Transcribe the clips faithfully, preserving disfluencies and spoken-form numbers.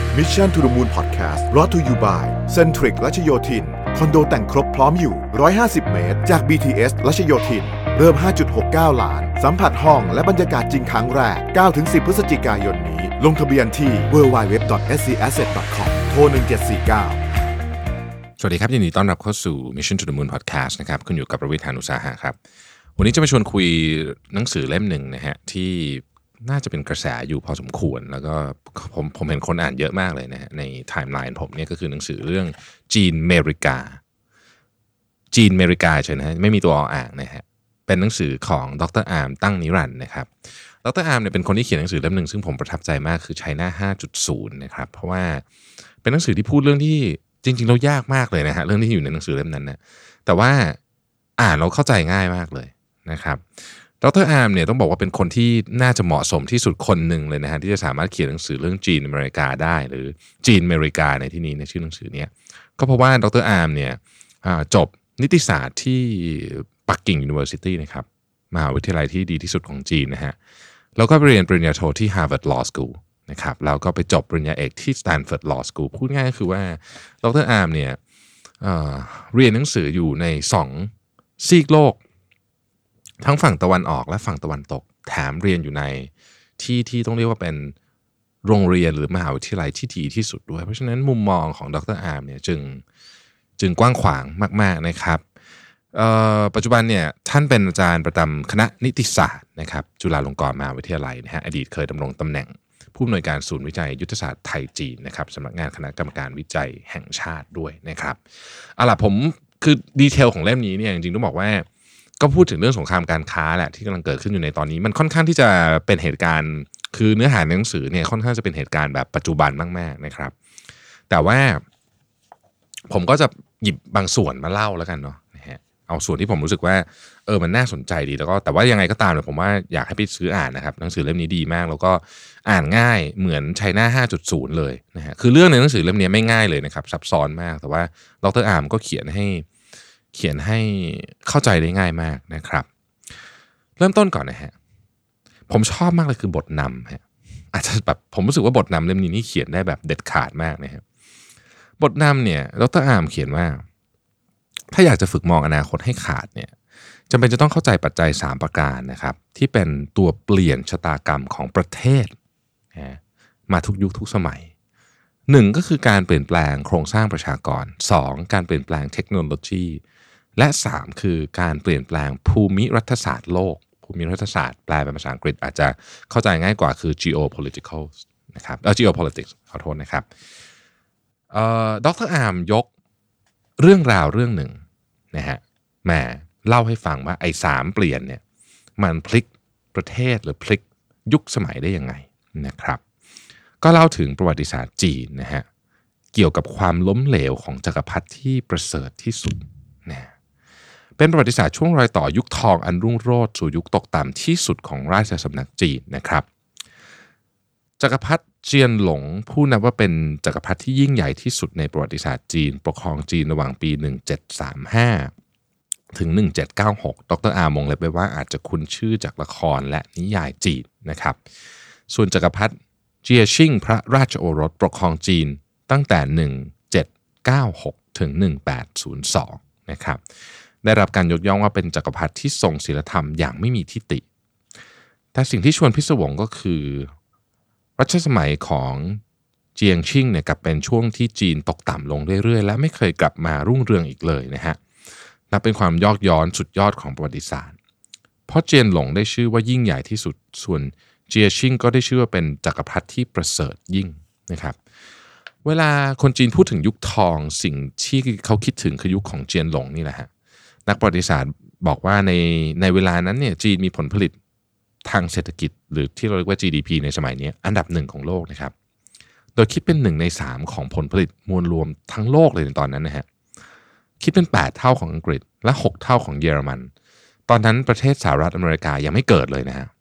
Mission to the Moon Podcast brought to you by Centric รัชโยธินคอนโดแต่งครบพร้อมอยู่หนึ่งร้อยห้าสิบเมตรจาก บี ที เอส รัชโยธินเริ่ม ห้าจุดหกเก้า ล้านสัมผัสห้องและบรรยากาศจริงครั้งแรก เก้าถึงสิบ พฤศจิกายนนี้ลงทะเบียนที่ ดับเบิลยู ดับเบิลยู ดับเบิลยู ดอท เอส ซี แอสเซท ดอท คอม โทรหนึ่งเจ็ดสี่เก้าสวัสดีครับยินดีต้อนรับเข้าสู่ Mission to the Moon Podcast นะครับคุณอยู่กับประวิทย์ หาญอุตสาหะครับวันนี้จะมาชวนคุยหนังสือเล่มหนึ่งนะฮะที่น่าจะเป็นกระแสอยู่พอสมควรแล้วก็ผมผมเห็นคนอ่านเยอะมากเลยนะฮะในไทม์ไลน์ผมเนี่ยก็คือหนังสือเรื่องจีนอเมริกาจีนอเมริกาใช่ไหมฮะไม่มีตัวออ่างนะฮะเป็นหนังสือของดร.อาร์มตั้งนิรันดร์นะครับดร.อาร์มเนี่ยเป็นคนที่เขียนหนังสือเล่มหนึ่งซึ่งผมประทับใจมากคือ China ห้าจุดศูนย์ นะครับเพราะว่าเป็นหนังสือที่พูดเรื่องที่จริงๆแล้วยากมากเลยนะฮะเรื่องที่อยู่ในหนังสือเล่มนั้นนะแต่ว่าอ่านเราเข้าใจง่ายมากเลยนะครับดร.อาร์มเนี่ยต้องบอกว่าเป็นคนที่น่าจะเหมาะสมที่สุดคนหนึ่งเลยนะฮะที่จะสามารถเขียนหนังสือเรื่องจีนอเมริกาได้หรือจีนอเมริกาในที่นี้ในชื่อหนังสือเนี้ยก็เพราะว่าดร.อาร์มเนี่ยจบนิติศาสตร์ที่ปักกิ่ง University นะครับมหาวิทยาลัยที่ดีที่สุดของจีนนะฮะแล้วก็ไปเรียนปริญญาโทที่ Harvard Law School นะครับแล้วก็ไปจบปริญญาเอกที่ Stanford Law School พูดง่ายก็คือว่าดร.อาร์มเนี่ยเอ่อเรียนหนังสืออยู่ในสองซีกโลกทั้งฝั่งตะวันออกและฝั่งตะวันตกแถมเรียนอยู่ในที่ที่ต้องเรียกว่าเป็นโรงเรียนหรือมหาวิทยาลัยที่ดีที่สุดด้วยเพราะฉะนั้นมุมมองของดร.อาร์มเนี่ยจึงจึงกว้างขวางมากๆนะครับปัจจุบันเนี่ยท่านเป็นอาจารย์ประจำคณะนิติศาสตร์นะครับจุฬาลงกรณ์มหาวิทยาลัยนะฮะอดีตเคยดำรงตำแหน่งผู้อำนวยการศูนย์วิจัยยุทธศาสตร์ไทยจีนนะครับสำนักงานคณะกรรมการวิจัยแห่งชาติด้วยนะครับเอาล่ะผมคือดีเทลของเล่มนี้เนี่ยจริงๆต้องบอกว่าก็พูดถึงเรื่องสงครามการค้าแหละที่กำลังเกิดขึ้นอยู่ในตอนนี้มันค่อนข้างที่จะเป็นเหตุการณ์คือเนื้อหาในหนังสือเนี่ยค่อนข้างจะเป็นเหตุการณ์แบบปัจจุบันมากๆนะครับแต่ว่าผมก็จะหยิบบางส่วนมาเล่าแล้วกันเนาะนะฮะเอาส่วนที่ผมรู้สึกว่าเออมันน่าสนใจดีแล้วก็แต่ว่ายังไงก็ตามเนี่ยผมว่าอยากให้ไปซื้ออ่านนะครับหนังสือเล่มนี้ดีมากแล้วก็อ่านง่ายเหมือน China ห้าจุดศูนย์ เลยนะฮะคือเรื่องในหนังสือเล่มนี้ไม่ง่ายเลยนะครับซับซ้อนมากแต่ว่าดร.อาร์มก็เขียนให้เขียนให้เข้าใจได้ง่ายมากนะครับเริ่มต้นก่อนนะฮะผมชอบมากเลยคือบทนำฮะอาจจะแบบผมรู้สึกว่าบทนำเล่มนี้นี่เขียนได้แบบเด็ดขาดมากนะครับบทนำเนี่ยดร.อาร์มเขียนว่าถ้าอยากจะฝึกมองอนาคตให้ขาดเนี่ยจำเป็นจะต้องเข้าใจปัจจัยสามประการนะครับที่เป็นตัวเปลี่ยนชะตากรรมของประเทศนะมาทุกยุคทุกสมัยหนึ่งก็คือการเปลี่ยนแปลงโครงสร้างประชากรสองการเปลี่ยนแปลงเทคโนโลยีและสามคือการเปลี่ยนแปลงภูมิรัฐศาสตร์โลกภูมิรัฐศาสตร์แปลเป็นภาษาอังกฤษอาจจะเข้าใจง่ายกว่าคือ geopolitical นะครับเอ่อ geopolitics ขอโทษนะครับเอ่อดร.อาร์มยกเรื่องราวเรื่องหนึ่งนะฮะแหมเล่าให้ฟังว่าไอ้สามเปลี่ยนเนี่ยมันพลิกประเทศหรือพลิกยุคสมัยได้ยังไงนะครับก็เล่าถึงประวัติศาสตร์จีนนะฮะเกี่ยวกับความล้มเหลวของจักรพรรดิที่ประเสริฐที่สุดนะเป็นประวัติศาสตร์ช่วงรอยต่อยุคทองอันรุ่งโรจน์สู่ยุคตกต่ำที่สุดของราชสำนักจีนนะครับจักรพรรดิเจียนหลงผู้นับว่าเป็นจักรพรรดิที่ยิ่งใหญ่ที่สุดในประวัติศาสตร์จีนปกครองจีนระหว่างปีหนึ่งเจ็ดสามห้าถึงหนึ่งเจ็ดเก้าหกดร.อาร์มวงเล็บไว้ว่าอาจจะคุ้นชื่อจากละครและนิยายจีนนะครับส่วนจักรพรรดิเจียชิงพระราชโอรสปกครองจีนตั้งแต่หนึ่งเจ็ดเก้าหกถึงหนึ่งแปดศูนย์สองนะครับได้รับการยกย่องว่าเป็นจักรพรรดิที่ทรงศีลธรรมอย่างไม่มีทิฏฐิแต่สิ่งที่ชวนพิศวงก็คือรัชสมัยของเจียงชิงเนี่ยกลับเป็นช่วงที่จีนตกต่ำลงเรื่อยๆและไม่เคยกลับมารุ่งเรืองอีกเลยนะฮะนับเป็นความยอกย้อนสุดยอดของประวัติศาสตร์เพราะเจียนหลงได้ชื่อว่ายิ่งใหญ่ที่สุดส่วนเจียชิงก็ได้ชื่อว่าเป็นจักรพรรดิที่ประเสริฐยิ่งนะครับเวลาคนจีนพูดถึงยุคทองสิ่งที่เขาคิดถึงคือยุคของเจียนหลงนี่แหละฮะนักประวัติศาสตร์บอกว่าในในเวลานั้นเนี่ยจีนมีผลผลิตทางเศรษฐกิจหรือที่เราเรียกว่า จี ดี พี ในสมัยนี้อันดับหนึ่งของโลกนะครับโดยคิดเป็นหนึ่งในสามของผลผลิตมวลรวมทั้งโลกเลยในตอนนั้นนะฮะคิดเป็นแปดเท่าของอังกฤษและหกเท่าของเยอรมันตอนนั้นประเทศสหรัฐอเมริกายังไม่เกิดเลยนะฮะ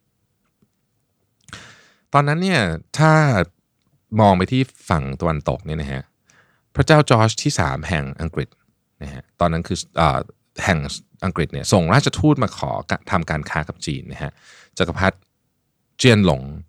ตอนนั้นเนี่ยถ้ามองไปที่ฝั่งตะวันตกเนี่ยนะฮะพระเจ้าจอร์จที่สามแห่งอังกฤษนะฮะตอนนั้นคืออ่าแห่งอังกฤษเนี่ยส่งราชทูตมาขอทำการค้ากับจีนนะฮะจักรพรรดิเจียนหลง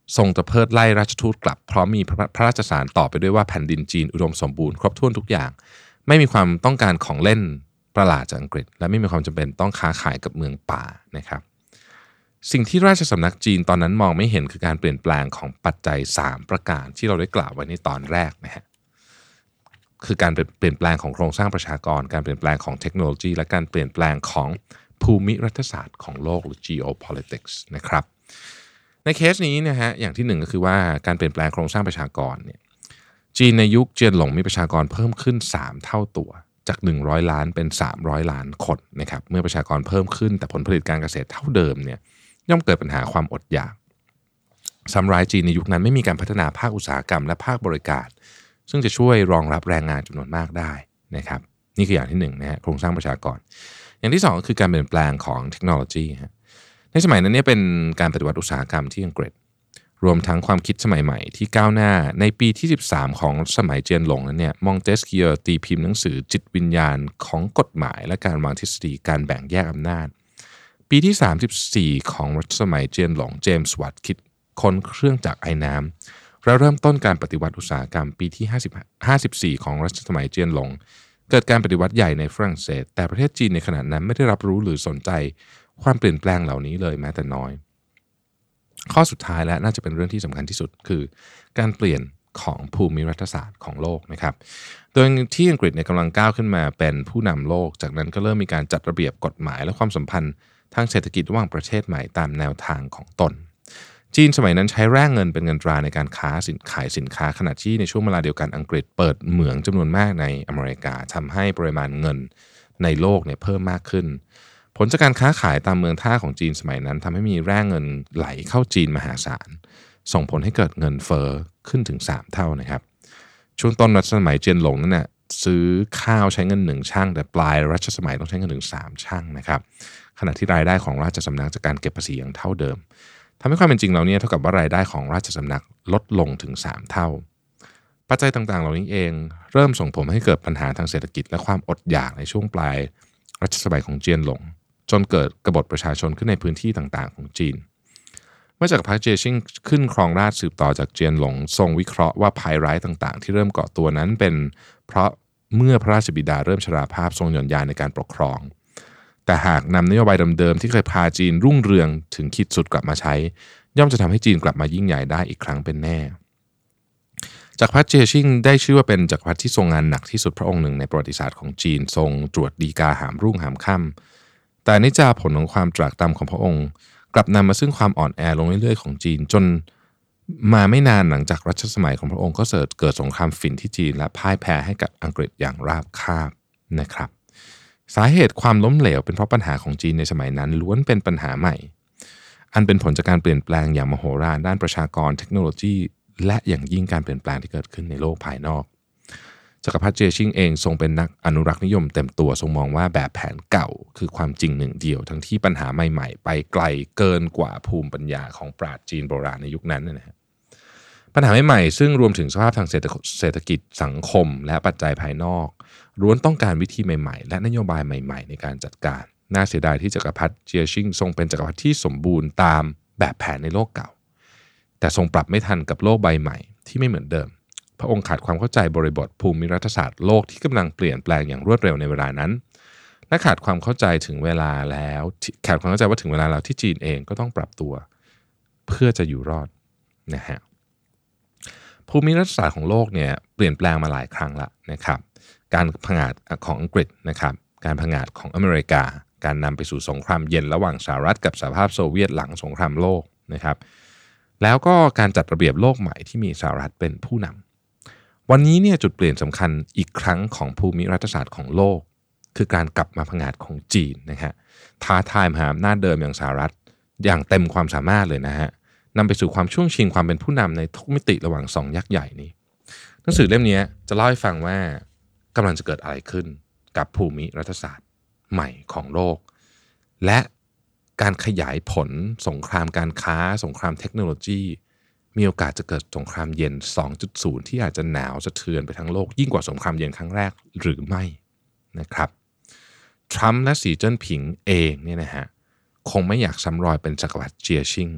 ทรงตะเพิดไล่ราชทูตกลับพร้อมมีพระราชสารต่อไปด้วยว่าแผ่นดินจีนอุดมสมบูรณ์ครบถ้วนทุกอย่างไม่มีความต้องการของเล่นประหลาดจากอังกฤษและไม่มีความจำเป็นต้องค้าขายกับเมืองป่านะครับสิ่งที่ราชสำนักจีนตอนนั้นมองไม่เห็นคือการเปลี่ยนแปลงของปัจจัยสามประการที่เราได้กล่าวไว้ในตอนแรกนะฮะคือการเปลี่ยนแปลงของโครงสร้างประชากรการเปลี่ยนแปลงของเทคโนโลยีและการเปลี่ยนแปลงของภูมิรัฐศาสตร์ของโลกหรือ geopolitics นะครับในเคสนี้นะฮะอย่างที่หนึ่งก็คือว่าการเปลี่ยนแปลงโครงสร้างประชากรเนี่ยจีนในยุคเจียนหลงมีประชากรเพิ่มขึ้นสามเท่าตัวจากหนึ่งร้อยล้านเป็นสามร้อยล้านคนนะครับเมื่อประชากรเพิ่มขึ้นแต่ผลผลิตการเกษตรเท่าเดิมเนี่ยย่อมเกิดปัญหาความอดอยากซ้ำร้ายจีนในยุคนั้นไม่มีการพัฒนาภาคอุตสาหกรรมและภาคบริการซึ่งจะช่วยรองรับแรงงานจำนวนมากได้นะครับนี่คืออย่างที่หนึ่งนะฮะโครงสร้างประชากรอย่างที่สองก็คือการเปลี่ยนแปลงของเทคโนโลยีฮะในสมัยนั้นเนี่ยเป็นการปฏิวัติอุตสาหกรรมที่อังกฤษรวมทั้งความคิดสมัยใหม่ที่ก้าวหน้าในปีที่สิบสามของสมัยเจียนหลงนั้นเนี่ยมองเตสเกียร์ตีพิมพ์หนังสือจิตวิญญาณของกฎหมายและการวางทฤษฎีการแบ่งแยกอำนาจปีที่สามสิบสี่ของรัชสมัยเจียนหลงเจมส์วัตต์คิดค้นเครื่องจักรไอ้น้ำแล้วเริ่มต้นการปฏิวัติอุตสาหกรรมปีที่ห้าสิบ ห้าสิบสี่ของรัชสมัยเจียนหลงเกิดการปฏิวัติใหญ่ในฝรั่งเศสแต่ประเทศจีนในขณะนั้นไม่ได้รับรู้หรือสนใจความเปลี่ยนแปลงเหล่านี้เลยแม้แต่น้อยข้อสุดท้ายและน่าจะเป็นเรื่องที่สำคัญที่สุดคือการเปลี่ยนของภูมิรัฐศาสตร์ของโลกนะครับโดยที่อังกฤษเนี่ยกำลังก้าวขึ้นมาเป็นผู้นำโลกจากนั้นก็เริ่มมีการจัดระเบียบกฎหมายและความสัมพันธ์ทางเศรษฐกิจระหว่างประเทศใหม่ตามแนวทางของตนจีนสมัยนั้นใช้แร่เงินเป็นเงินตราในการค้าสินขายสินค้าขณะที่ในช่วงเวลาเดียวกันอังกฤษเปิดเหมืองจำนวนมากในอเมริกาทำให้ปริมาณเงินในโลกเนี่ยเพิ่มมากขึ้นผลจากการค้าขายตามเมืองท่าของจีนสมัยนั้นทำให้มีแร่เงินไหลเข้าจีนมหาศาลส่งผลให้เกิดเงินเฟ้อขึ้นถึงสามเท่านะครับช่วงต้นรัชสมัยเจียนหลงนั่นน่ะซื้อข้าวใช้เงินหนึ่งช่างแต่ปลายรัชสมัยต้องใช้เงินถึงสามช่างนะครับขณะที่รายได้ของราชสำนักจากการเก็บภาษียังเท่าเดิมทำให้ความเป็นจริงเราเนี่ยเท่ากับว่ารายได้ของราชสำนักลดลงถึงสามเท่าปัจจัยต่างๆเหล่านี้เองเริ่มส่งผลให้เกิดปัญหาทางเศรษฐกิจและความอดอยากในช่วงปลายรัชสมัยของเจียนหลงจนเกิดกบฏประชาชนขึ้นในพื้นที่ต่างๆของจีนเมื่อจักรพรรดิเจชิงขึ้นครองราชย์สืบต่อจากเจียนหลงทรงวิเคราะห์ว่าภัยร้ายต่างๆที่เริ่มเกาะตัวนั้นเป็นเพราะเมื่อพระราชบิดาเริ่มชราภาพทรงหย่อนยานในการปกครองแต่หากนำนโยบายเดิมๆที่เคยพาจีนรุ่งเรืองถึงขีดสุดกลับมาใช้ย่อมจะทำให้จีนกลับมายิ่งใหญ่ได้อีกครั้งเป็นแน่จักรพรรดิเจชิงได้ชื่อว่าเป็นจักรพรรดิที่ทรงงานหนักที่สุดพระองค์หนึ่งในประวัติศาสตร์ของจีนทรงตรวจฎีกาหามรุ่งหามค่ำแต่นิจาผลของความตรากตรำของพระองค์กลับนำมาซึ่งความอ่อนแอลงเรื่อยๆของจีนจนมาไม่นานหลังจากรัชสมัยของพระองค์ก็เกิดสงครามฝิ่นที่จีนและพ่ายแพ้ให้กับอังกฤษอย่างราบคาบนะครับสาเหตุความล้มเหลวเป็นเพราะปัญหาของจีนในสมัยนั้นล้วนเป็นปัญหาใหม่อันเป็นผลจากการเปลี่ยนแปลงอย่างมโหฬารด้านประชากรเทคโนโลยีและอย่างยิ่งการเปลี่ยนแปลงที่เกิดขึ้นในโลกภายนอกจักรพรรดิเจชิงเองทรงเป็นนักอนุรักษ์นิยมเต็มตัวทรงมองว่าแบบแผนเก่าคือความจริงหนึ่งเดียวทั้งที่ปัญหาใหม่ๆไปไกลเกินกว่าภูมิปัญญาของปราชญ์จีนโบราณในยุคนั้นนะฮะปัญหาใหม่ๆซึ่งรวมถึงสภาพทางเศรษฐกิจสังคมและปัจจัยภายนอกล้วนต้องการวิธีใหม่ๆและนโยบายใหม่ๆในการจัดการน่าเสียดายที่จักรพรรดิเจียชิงทรงเป็นจักรพรรดิที่สมบูรณ์ตามแบบแผนในโลกเก่าแต่ทรงปรับไม่ทันกับโลกใบใหม่ที่ไม่เหมือนเดิมพระองค์ขาดความเข้าใจบริบทภูมิรัฐศาสตร์โลกที่กำลังเปลี่ยนแปลงอย่างรวดเร็วในเวลานั้นและขาดความเข้าใจถึงเวลาแล้วขาดความเข้าใจว่าถึงเวลาแล้วที่จีนเองก็ต้องปรับตัวเพื่อจะอยู่รอดนะฮะภูมิรัฐศาสตร์ของโลกเนี่ยเปลี่ยนแปลงมาหลายครั้งละนะครับการผงาดของอังกฤษนะครับการผงาดของอเมริกาการนำไปสู่สงครามเย็นระหว่างสหรัฐกับสหภาพโซเวียตหลังสงครามโลกนะครับแล้วก็การจัดระเบียบโลกใหม่ที่มีสหรัฐเป็นผู้นำวันนี้เนี่ยจุดเปลี่ยนสำคัญอีกครั้งของภูมิรัฐศาสตร์ของโลกคือการกลับมาผงาดของจีนนะฮะท้าทายมหาอำนาจเดิมอย่างสหรัฐอย่างเต็มความสามารถเลยนะฮะนำไปสู่ความช่วงชิงความเป็นผู้นำในทุกมิติระหว่างสองยักษ์ใหญ่นี้หนังสือเล่มนี้จะเล่าให้ฟังว่ากำลังจะเกิดอะไรขึ้นกับภูมิรัฐศาสตร์ใหม่ของโลกและการขยายผลสงครามการค้าสงครามเทคโนโลยีมีโอกาสจะเกิดสงครามเย็น สองจุดศูนย์ ที่อาจจะหนาวสะเทือนไปทั้งโลกยิ่งกว่าสงครามเย็นครั้งแรกหรือไม่นะครับทรัมป์และสีเจิ้นผิงเองเนี่ยนะฮะคงไม่อยากซ้ำรอยเป็นจักรวรรดิเจียชิง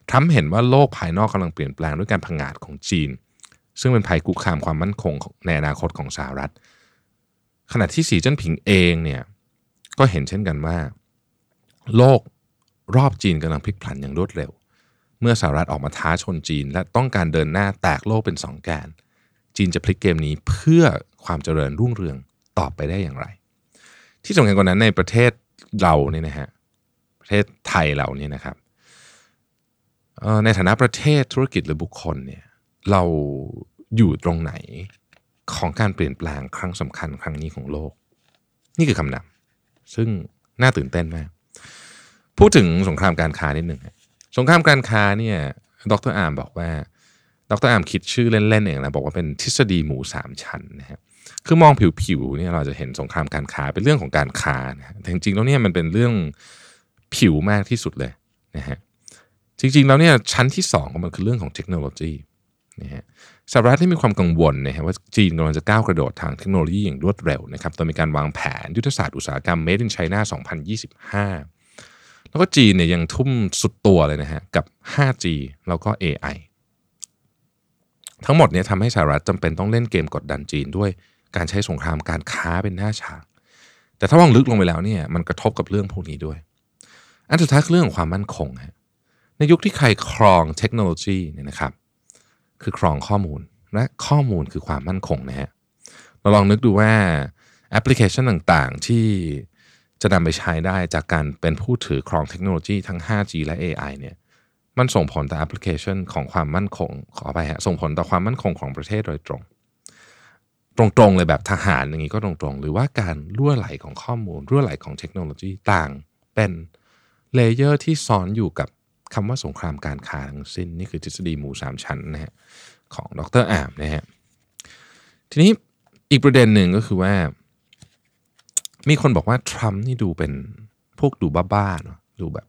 ทรัมป์เห็นว่าโลกภายนอกกำลังเปลี่ยนแปลงด้วยการผงาดของจีนซึ่งเป็นภัยคุกคามความมั่นคงในอนาคตของสหรัฐขณะที่สีจิ้นผิงเองเนี่ยก็เห็นเช่นกันว่าโลกรอบจีนกำลังพลิกผลันอย่างรวดเร็วเมื่อสหรัฐออกมาท้าชนจีนและต้องการเดินหน้าแตกโลกเป็นสองแกนจีนจะพลิกเกมนี้เพื่อความเจริญรุ่งเรืองต่อไปได้อย่างไรที่สำคัญกว่านั้นในประเทศเราเนี่ยนะฮะประเทศไทยเราเนี่ยนะครับในฐานะประเทศธุรกิจหรือบุคคลเนี่ยเราอยู่ตรงไหนของการเปลี่ยนแปลงครั้งสำคัญครั้งนี้ของโลกนี่คือคำนำซึ่งน่าตื่นเต้นมากพูดถึงสงครามการค้านิดหนึ่งสงครามการค้าเนี่ยดร.อาร์มบอกว่าดร.อาร์มคิดชื่อเล่นๆเองนะบอกว่าเป็นทฤษฎีหมูสามชั้นนะฮะคือมองผิวๆเนี่ยเราจะเห็นสงครามการค้าเป็นเรื่องของการค้านะแต่จริงๆแล้วเนี่ยมันเป็นเรื่องผิวมากที่สุดเลยนะฮะจริงๆแล้วเนี่ยชั้นที่สองของมันคือเรื่องของเทคโนโลยีนะฮะสหรัฐที่มีความกังวลนะฮะว่าจีนกำลังจะก้าวกระโดดทางเทคโนโลยีอย่างรวดเร็วนะครับโดยมีการวางแผนยุทธศาสตร์อุตสาหกรรม Made in China สองพันยี่สิบห้าแล้วก็จีนเนี่ยยังทุ่มสุดตัวเลยนะฮะกับ ไฟว์จี แล้วก็ เอ ไอ ทั้งหมดเนี่ยทำให้สหรัฐจำเป็นต้องเล่นเกมกดดันจีนด้วยการใช้สงครามการค้าเป็นหน้าฉากแต่ถ้ามองลึกลงไปแล้วเนี่ยมันกระทบกับเรื่องพวกนี้ด้วยอันสุดท้ายคือเรื่องของความมั่นคงฮะในยุคที่ใครครองเทคโนโลยีเนี่ยนะครับคือครองข้อมูลและข้อมูลคือความมั่นคงนะฮะเราลองนึกดูว่าแอปพลิเคชันต่างๆที่จะนำไปใช้ได้จากการเป็นผู้ถือครองเทคโนโลยีทั้ง ไฟว์จี และ เอ ไอ เนี่ยมันส่งผลต่อแอปพลิเคชันของความมั่นคงขอไปฮะส่งผลต่อความมั่นคงของประเทศโดยตรงตรงๆเลยแบบทหารอย่างนี้ก็ตรงๆหรือว่าการรั่วไหลของข้อมูลรั่วไหลของเทคโนโลยีต่างเป็นเลเยอร์ที่ซ้อนอยู่กับคำว่าสงครามการค้าทั้งสิ้นนี่คือทฤษฎีหมูสามชั้นนะฮะของดร.อาร์มนะฮะทีนี้อีกประเด็นหนึ่งก็คือว่ามีคนบอกว่าทรัมป์นี่ดูเป็นพวกดูบ้าๆเนาะดูแบบ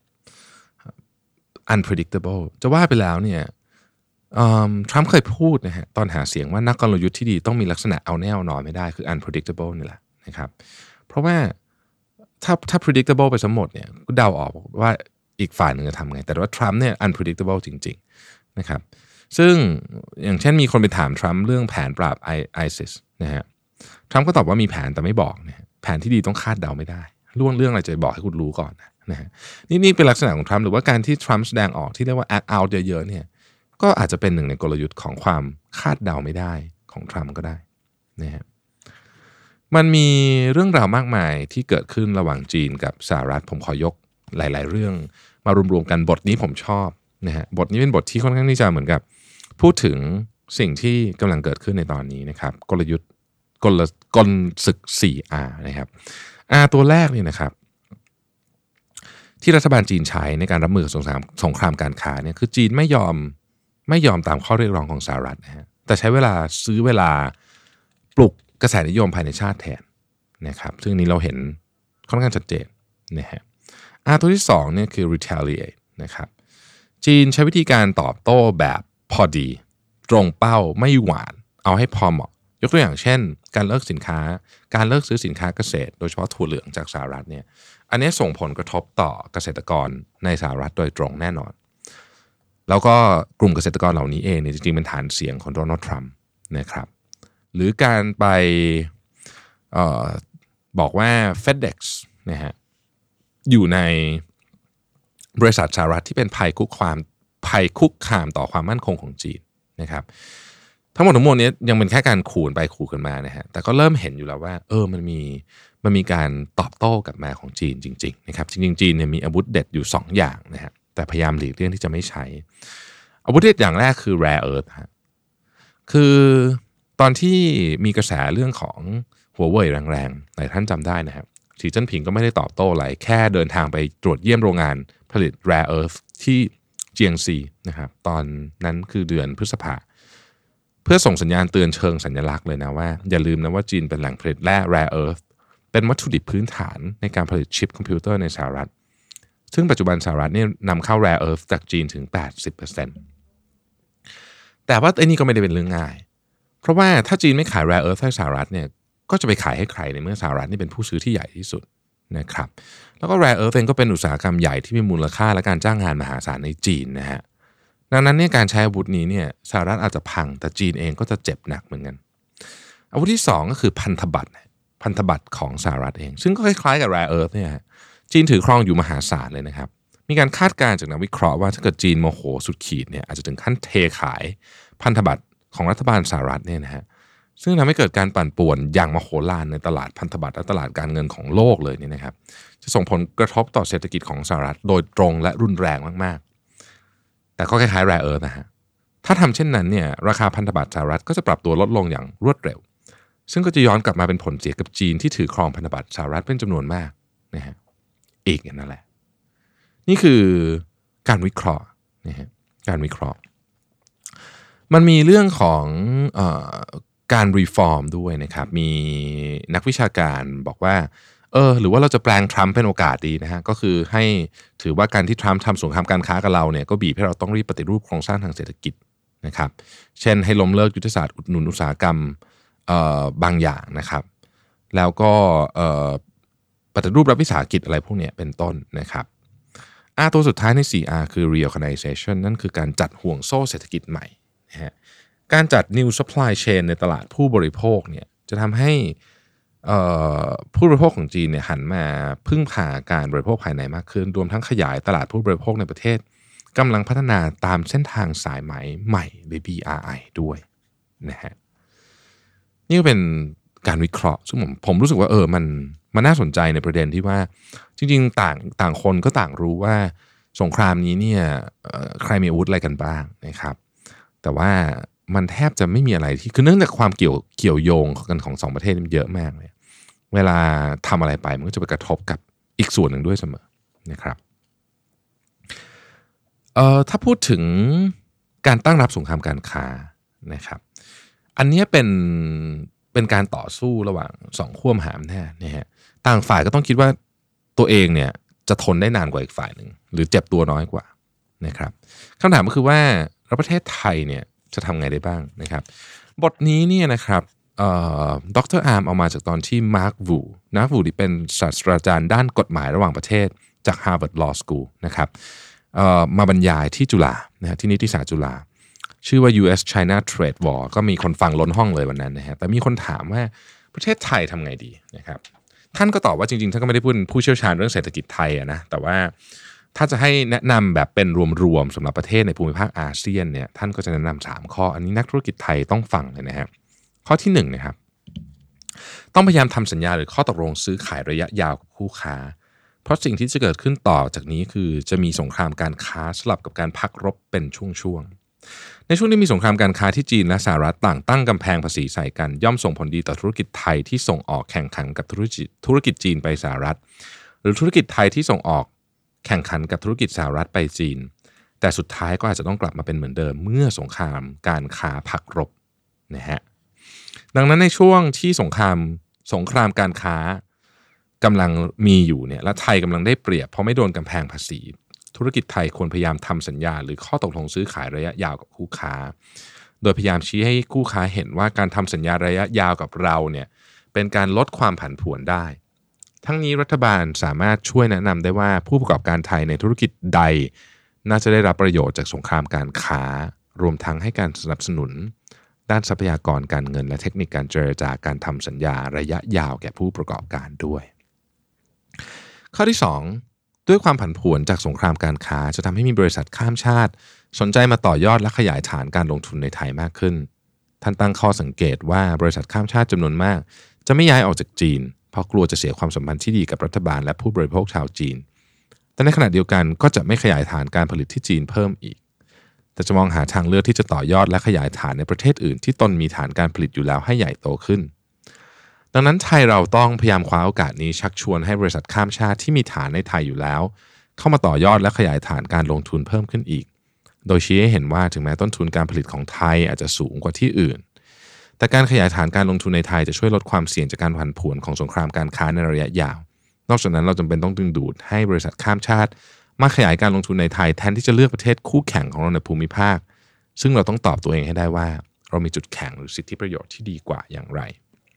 unpredictable จะว่าไปแล้วเนี่ยทรัมป์เคยพูดนะฮะตอนหาเสียงว่านักกลยุทธ์ที่ดีต้องมีลักษณะเอาแน่เอานอนไม่ได้คือ unpredictable นี่แหละนะครับเพราะว่าถ้าถ้า predictable ไปทั้งหมดเนี่ยก็เดาออกว่าอีกฝ่ายหนึ่งจะทำไงแต่ว่าทรัมป์เนี่ย unpredictable จริงๆนะครับซึ่งอย่างเช่นมีคนไปถามทรัมป์เรื่องแผนปราบไอซิสนะฮะทรัมป์ก็ตอบว่ามีแผนแต่ไม่บอกนะแผนที่ดีต้องคาดเดาไม่ได้เรื่องเรื่องอะไรจะบอกให้คุณรู้ก่อนนะฮะนี่นี่เป็นลักษณะของทรัมป์หรือว่าการที่ทรัมป์แสดงออกที่เรียกว่า act out เยอะๆเนี่ยก็อาจจะเป็นหนึ่งในกลยุทธ์ของความคาดเดาไม่ได้ของทรัมป์ก็ได้นะฮะมันมีเรื่องราวมากมายที่เกิดขึ้นระหว่างจีนกับสหรัฐผมขอยกหลายๆเรื่องมารวมๆกันบทนี้ผมชอบนะฮะบทนี้เป็นบทที่ค่อนข้างที่จะเหมือนกับพูดถึงสิ่งที่กำลังเกิดขึ้นในตอนนี้นะครับกลยุทธ์กลกลศึก โฟร์ อาร์ นะครับ R ตัวแรกนี่นะครับที่รัฐบาลจีนใช้ในการรับมือกับสงครามสงครามการค้าเนี่ยคือจีนไม่ยอมไม่ยอมตามข้อเรียกร้องของสหรัฐนะฮะแต่ใช้เวลาซื้อเวลาปลุกกระแสนิยมภายในชาติแทนนะครับซึ่งนี้เราเห็นค่อนข้างชัดเจนนะฮะ R ตัวที่สองเนี่ยคือ retaliate นะครับจีนใช้วิธีการตอบโต้แบบพอดีตรงเป้าไม่หวานเอาให้พอเหมาะยกตัวอย่างเช่นการเลิกสินค้าการเลิกซื้อสินค้าเกษตรโดยเฉพาะถั่วเหลืองจากสหรัฐเนี่ยอันนี้ส่งผลกระทบต่อเกษตรกรในสหรัฐโดยตรงแน่นอนแล้วก็กลุ่มเกษตรกรเหล่านี้เองเนี่ยจริงๆเป็นฐานเสียงของโดนัลด์ทรัมป์นะครับหรือการไปเอ่อบอกว่า FedEx นะฮะอยู่ในบริษัทสหรัฐที่เป็นภัยคุกคามภัยคุกคามต่อความมั่นคงของจีนนะครับทั้งหมดทั้งมวลนี้ยังเป็นแค่การขู่ไปขู่กันมานะฮะแต่ก็เริ่มเห็นอยู่แล้วว่าเออมันมีมันมีการตอบโต้กลับมาของจีนจริงๆนะครับจริงๆจีนเนี่ยมีอาวุธเด็ดอยู่สองอย่างนะฮะแต่พยายามหลีกเลี่ยงที่จะไม่ใช้อาวุธเด็ดอย่างแรกคือ rare earth ฮะคือตอนที่มีกระแสเรื่องของหัวเว่ยแรงๆหลายท่านจำได้นะครับสีจิ้นผิงก็ไม่ได้ตอบโต้อะไรแค่เดินทางไปตรวจเยี่ยมโรงงานผลิต rare earth ที่เจียงซีนะครับตอนนั้นคือเดือนพฤษภาเพื่อส่งสัญญาณเตือนเชิงสัญลักษณ์เลยนะว่าอย่าลืมนะว่าจีนเป็นแหล่งผลิตแร่ rare earth เป็นวัตถุดิบพื้นฐานในการผลิตชิปคอมพิวเตอร์ในสหรัฐซึ่งปัจจุบันสหรัฐเนี่ยนำเข้า rare earth จากจีนถึง แปดสิบเปอร์เซ็นต์ แต่ว่าไอ้นี่ก็ไม่ได้เป็นเรื่องง่ายเพราะว่าถ้าจีนไม่ขาย rare earth ให้สหรัฐเนี่ยก็จะไปขายให้ใครในเมื่อสหรัฐนี่เป็นผู้ซื้อที่ใหญ่ที่สุดนะครับแล้วก็ rare earth เองก็เป็นอุตสาหกรรมใหญ่ที่มีมูลค่าและการจ้างงานมหาศาลในจีนนะฮะดังนั้นเนี่ยการใช้อาวุธนี้เนี่ยสหรัฐอาจจะพังแต่จีนเองก็จะเจ็บหนักเหมือนกันอาวุธที่สองก็คือพันธบัตรพันธบัตรของสหรัฐเองซึ่งก็คล้ายๆกับ Rare Earth เนี่ยจีนถือครองอยู่มหาศาลเลยนะครับมีการคาดการณ์จากนักวิเคราะห์ว่าถ้าเกิดจีนโมโหสุดขีดเนี่ยอาจจะถึงขั้นเทขายพันธบัตรของรัฐบาลสหรัฐเนี่ยนะฮะซึ่งทำให้เกิดการปั่นป่วนอย่างมโหฬารในตลาดพันธบัตรและตลาดการเงินของโลกเลยเนี่ยนะครับจะส่งผลกระทบต่อเศรษฐกิจของสหรัฐโดยตรงและรุนแรงมากๆแต่ก็คล้ายๆ Rare Earth นะฮะถ้าทำเช่นนั้นเนี่ยราคาพันธบัตรสหรัฐก็จะปรับตัวลดลงอย่างรวดเร็วซึ่งก็จะย้อนกลับมาเป็นผลเสียกับจีนที่ถือครองพันธบัตรสหรัฐเป็นจำนวนมากนะฮะอีกอย่างนั่นแหละนี่คือการวิเคราะห์นะฮะการวิเคราะห์มันมีเรื่องของเอ่อการรีฟอร์มด้วยนะครับมีนักวิชาการบอกว่าเออหรือว่าเราจะแปลงทรัมป์เป็นโอกาสดีนะฮะก็คือให้ถือว่าการที่ทรัมป์ทำสงครามการค้ากับเราเนี่ยก็บีบให้เราต้องรีบปฏิรูปโครงสร้างทางเศรษฐกิจนะครับเช่นให้ล้มเลิกยุทธศาสตร์อุดหนุนอุตสาหกรรมเอ่อบางอย่างนะครับแล้วก็เอ่อปฏิรูปรัฐวิสาหกิจอะไรพวกนี้เป็นต้นนะครับอ่าตัวสุดท้ายใน โฟร์ อาร์ คือ reorganization นั่นคือการจัดห่วงโซ่เศรษฐกิจใหม่นะฮะการจัด new supply chain ในตลาดผู้บริโภคเนี่ยจะทำให้ผู้บริโภคของจีนเนี่ยหันมาพึ่งพาการบริโภคภายในมากขึ้นรวมทั้งขยายตลาดผู้บริโภคในประเทศกำลังพัฒนาตามเส้นทางสายไหมใหม่หรือ บี อาร์ ไอ ด้วยนะฮะนี่ก็เป็นการวิเคราะห์ซึ่งผมผมรู้สึกว่าเออมันมันน่าสนใจในประเด็นที่ว่าจริงๆต่างต่างคนก็ต่างรู้ว่าสงครามนี้เนี่ยใครมีอาวุธอะไรกันบ้างนะครับแต่ว่ามันแทบจะไม่มีอะไรที่คือเนื่องจากความเกี่ยวเกี่ยวโยงกันของสองประเทศมันเยอะมากเลยเวลาทำอะไรไปมันก็จะไปกระทบกับอีกส่วนหนึ่งด้วยเสมอนะครับเอ่อถ้าพูดถึงการตั้งรับสงครามการค้านะครับอันนี้เป็นเป็นการต่อสู้ระหว่างสองขั้วมหาอำนาจนะฮะต่างฝ่ายก็ต้องคิดว่าตัวเองเนี่ยจะทนได้นานกว่าอีกฝ่ายหนึ่งหรือเจ็บตัวน้อยกว่านะครับคำถามก็คือว่าแล้วประเทศไทยเนี่ยจะทำไงได้บ้างนะครับบทนี้เนี่ยนะครับดร.อาร์มเอามาจากตอนที่มาร์ควูมาร์ควูที่เป็นศาสตราจารย์ด้านกฎหมายระหว่างประเทศจาก Harvard Law School นะครับมาบรรยายที่จุฬานะฮะที่นิติศาสตร์จุฬาชื่อว่า ยู เอส China Trade War ก็มีคนฟังล้นห้องเลยวันนั้นนะฮะแต่มีคนถามว่าประเทศไทยทำไงดีนะครับท่านก็ตอบว่าจริงๆท่านก็ไม่ได้พูดผู้เชี่ยวชาญเรื่องเศรษฐกิจไทยนะแต่ว่าถ้าจะให้แนะนำแบบเป็นรวมๆสำหรับประเทศในภูมิภาคอาเซียนเนี่ยท่านก็จะแนะนำสามข้ออันนี้นักธุรกิจไทยต้องฟังเลยนะครับข้อที่หนึ่งนะครับต้องพยายามทำสัญญาหรือข้อตกลงซื้อขายระยะยาวกับคู่ค้าเพราะสิ่งที่จะเกิดขึ้นต่อจากนี้คือจะมีสงครามการค้าสลับกับการพักรบเป็นช่วงๆในช่วงที่มีสงครามการค้าที่จีนและสหรัฐต่างตั้งกำแพงภาษีใส่กันย่อมส่งผลดีต่อธุรกิจไทยที่ส่งออกแข่งขันกับธุรกิจธุรกิจจีนไปสหรัฐหรือธุรกิจไทยที่ส่งออกแข่งขันกับธุรกิจสหรัฐไปจีนแต่สุดท้ายก็อาจจะต้องกลับมาเป็นเหมือนเดิมเมื่อสงครามการค้าพักรบนะฮะดังนั้นในช่วงที่สงครามสงครามการค้ากำลังมีอยู่เนี่ยและไทยกำลังได้เปรียบเพราะไม่โดนกำแพงภาษีธุรกิจไทยควรพยายามทำสัญญาหรือข้อตกลงซื้อขายระยะยาวกับคู่ค้าโดยพยายามชี้ให้คู่ค้าเห็นว่าการทำสัญญาระยะยาวกับเราเนี่ยเป็นการลดความผันผวนได้ทั้งนี้รัฐบาลสามารถช่วยแนะนำได้ว่าผู้ประกอบการไทยในธุรกิจใดน่าจะได้รับประโยชน์จากสงครามการค้ารวมทั้งให้การสนับสนุนด้านทรัพยากรการเงินและเทคนิคการเจรจาการทำสัญญาระยะยาวแก่ผู้ประกอบการด้วยข้อที่สองด้วยความผันผวนจากสงครามการค้าจะทำให้มีบริษัทข้ามชาติสนใจมาต่อยอดและขยายฐานการลงทุนในไทยมากขึ้นท่านตั้งข้อสังเกตว่าบริษัทข้ามชาติจำนวนมากจะไม่ย้ายออกจากจีนเพราะกลัวจะเสียความสัมพันธ์ที่ดีกับรัฐบาลและผู้บริโภคชาวจีนแต่ในขณะเดียวกันก็จะไม่ขยายฐานการผลิตที่จีนเพิ่มอีกแต่จะมองหาทางเลือกที่จะต่อยอดและขยายฐานในประเทศอื่นที่ตนมีฐานการผลิตอยู่แล้วให้ใหญ่โตขึ้นดังนั้นไทยเราต้องพยายามคว้าโอกาสนี้ชักชวนให้บริษัทข้ามชาติที่มีฐานในไทยอยู่แล้วเข้ามาต่อยอดและขยายฐานการลงทุนเพิ่มขึ้นอีกโดยชี้ให้เห็นว่าถึงแม้ต้นทุนการผลิตของไทยอาจจะสูงกว่าที่อื่นแต่การขยายฐานการลงทุนในไทยจะช่วยลดความเสี่ยงจากการผันผวนของสงครามการค้าในระยะยาวนอกจากนั้นเราจำเป็นต้องดึงดูดให้บริษัทข้ามชาติมาขยายการลงทุนในไทยแทนที่จะเลือกประเทศคู่แข่งของเราในภูมิภาคซึ่งเราต้องตอบตัวเองให้ได้ว่าเรามีจุดแข็งหรือสิทธิประโยชน์ที่ดีกว่าอย่างไร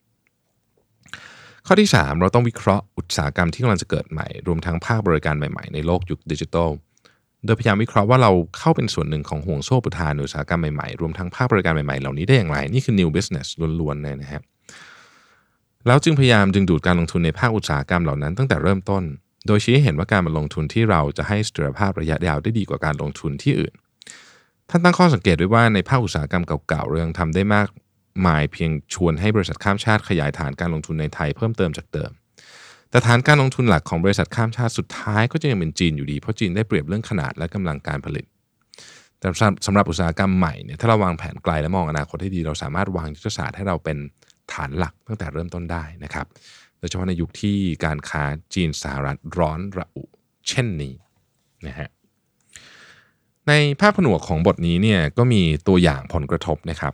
ข้อที่สามเราต้องวิเคราะห์อุตสาหกรรมที่กำลังจะเกิดใหม่รวมทั้งภาคบริการใหม่ๆในโลกยุคดิจิทัลโดยพยายามวิเคราะห์ว่าเราเข้าเป็นส่วนหนึ่งของห่วงโซ่อุปทานอุตสาหกรรมใหม่ๆรวมทั้งภาคบริการใหม่ๆเหล่านี้ได้อย่างไรนี่คือ new business ล้วนๆเลยนะครับแล้วจึงพยายามดึงดูดการลงทุนในภาคอุตสาหกรรมเหล่านั้นตั้งแต่เริ่มต้นโดยชี้ให้เห็นว่าการมาลงทุนที่เราจะให้เสถียรภาพระยะยาวได้ดีกว่าการลงทุนที่อื่นท่านตั้งข้อสังเกตด้วยว่าในภาคอุตสาหกรรมเก่าๆเรายังทำได้มากมายเพียงชวนให้บริษัทข้ามชาติขยายฐานการลงทุนในไทยเพิ่มเติมจากเดิมแต่ฐานการลงทุนหลักของบริษัทข้ามชาติสุดท้ายก็จะยังเป็นจีนอยู่ดีเพราะจีนได้เปรียบเรื่องขนาดและกำลังการผลิตแต่สำหรับอุตสาหกรรมใหม่เนี่ยถ้าเราวางแผนไกลและมองอนาคตให้ดีเราสามารถวางยุทธศาสตร์ให้เราเป็นฐานหลักตั้งแต่เริ่มต้นได้นะครับโดยเฉพาะในยุคที่การค้าจีนสหรัฐร้อนระอุเช่นนี้นะฮะในภาพผนวกของบทนี้เนี่ยก็มีตัวอย่างผลกระทบนะครับ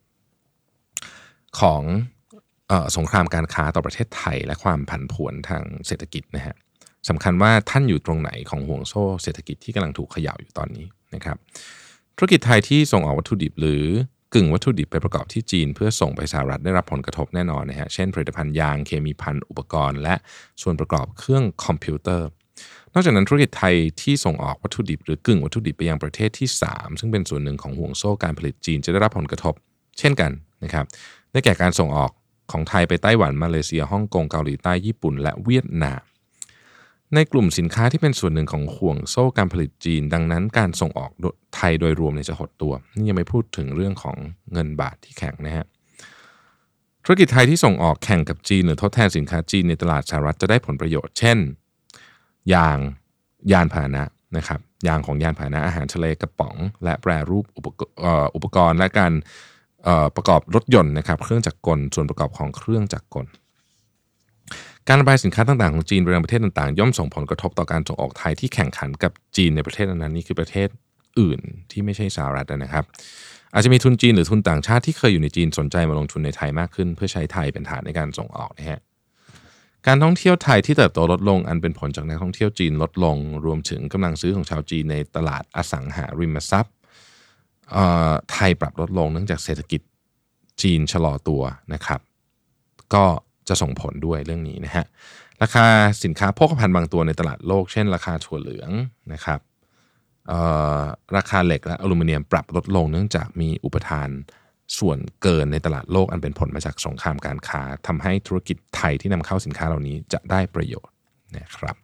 ของเอ่อสงครามการค้าต่อประเทศไทยและความผันผวนทางเศรษฐกิจนะฮะสำคัญว่าท่านอยู่ตรงไหนของห่วงโซ่เศรษฐกิจที่กำลังถูกเขย่าอยู่ตอนนี้นะครับธุรกิจไทยที่ส่งออกวัตถุดิบหรือกึ่งวัตถุดิบไปประกอบที่จีนเพื่อส่งไปสหรัฐได้รับผลกระทบแน่นอนนะฮะเช่นผลิตภัณฑ์ยางเคมีภัณฑ์อุปกรณ์และส่วนประกอบเครื่องคอมพิวเตอร์นอกจากนั้นธุรกิจไทยที่ส่งออกวัตถุดิบหรือกึ่งวัตถุดิบไปยังประเทศที่สามซึ่งเป็นส่วนหนึ่งของห่วงโซ่การผลิตจีนจะได้รับผลกระทบเช่นกันนะครับได้แก่การส่งออกของไทยไปไต้หวันมาเลเซียฮ่องกงเกาหลีใต้ญี่ปุ่นและเวียดนามในกลุ่มสินค้าที่เป็นส่วนหนึ่งของห่วงโซ่การผลิตจีนดังนั้นการส่งออกไทยโดยรวมเนี่ยจะหดตัวนี่ยังไม่พูดถึงเรื่องของเงินบาทที่แข็งนะฮะธุรกิจไทยที่ส่งออกแข่งกับจีนหรือทดแทนสินค้าจีนในตลาดสหรัฐจะได้ผลประโยชน์เช่นยางยานพาหนะนะครับยางของยานพาหนะอาหารทะเลกระป๋องและแปรรูปอุปกรณ์อุปกรณ์และการประกอบรถยนต์นะครับเครื่องจักรกลส่วนประกอบของเครื่องจักรกลการระบายสินค้าต่างๆของจีนไปยังประเทศต่างๆย่อมส่งผลกระทบต่อการส่งออกไทยที่แข่งขันกับจีนในประเทศนั้นนี่คือประเทศอื่นที่ไม่ใช่สหรัฐนะครับอาจจะมีทุนจีนหรือทุนต่างชาติที่เคยอยู่ในจีนสนใจมาลงทุนในไทยมากขึ้นเพื่อใช้ไทยเป็นฐานในการส่งออกนะฮะการท่องเที่ยวไทยที่เติบโตลดลงอันเป็นผลจากนักท่องเที่ยวจีนลดลงรวมถึงกำลังซื้อของชาวจีนในตลาดอสังหาริมทรัพย์ไทยปรับลดลงเนื่องจากเศรษฐกิจจีนชะลอตัวนะครับก็จะส่งผลด้วยเรื่องนี้นะฮะราคาสินค้าโภคภัณฑ์บางตัวในตลาดโลกเช่นราคาถั่วเหลืองนะครับราคาเหล็กและอลูมิเนียมปรับลดลงเนื่องจากมีอุปทานส่วนเกินในตลาดโลกอันเป็นผลมาจากสงครามการค้าทำให้ธุรกิจไทยที่นำเข้าสินค้าเหล่านี้จะได้ประโยชน์นะครับ